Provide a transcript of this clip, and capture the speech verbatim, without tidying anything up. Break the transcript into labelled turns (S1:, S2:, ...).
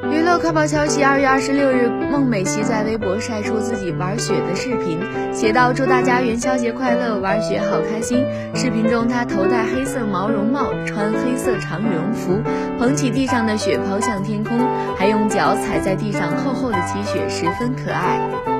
S1: 娱乐快报消息，二月二十六日，孟美岐在微博晒出自己玩雪的视频，写道：“祝大家元宵节快乐，玩雪好开心。”视频中，她头戴黑色毛绒帽，穿黑色长羽绒服，捧起地上的雪抛向天空，还用脚踩在地上厚厚的积雪，十分可爱。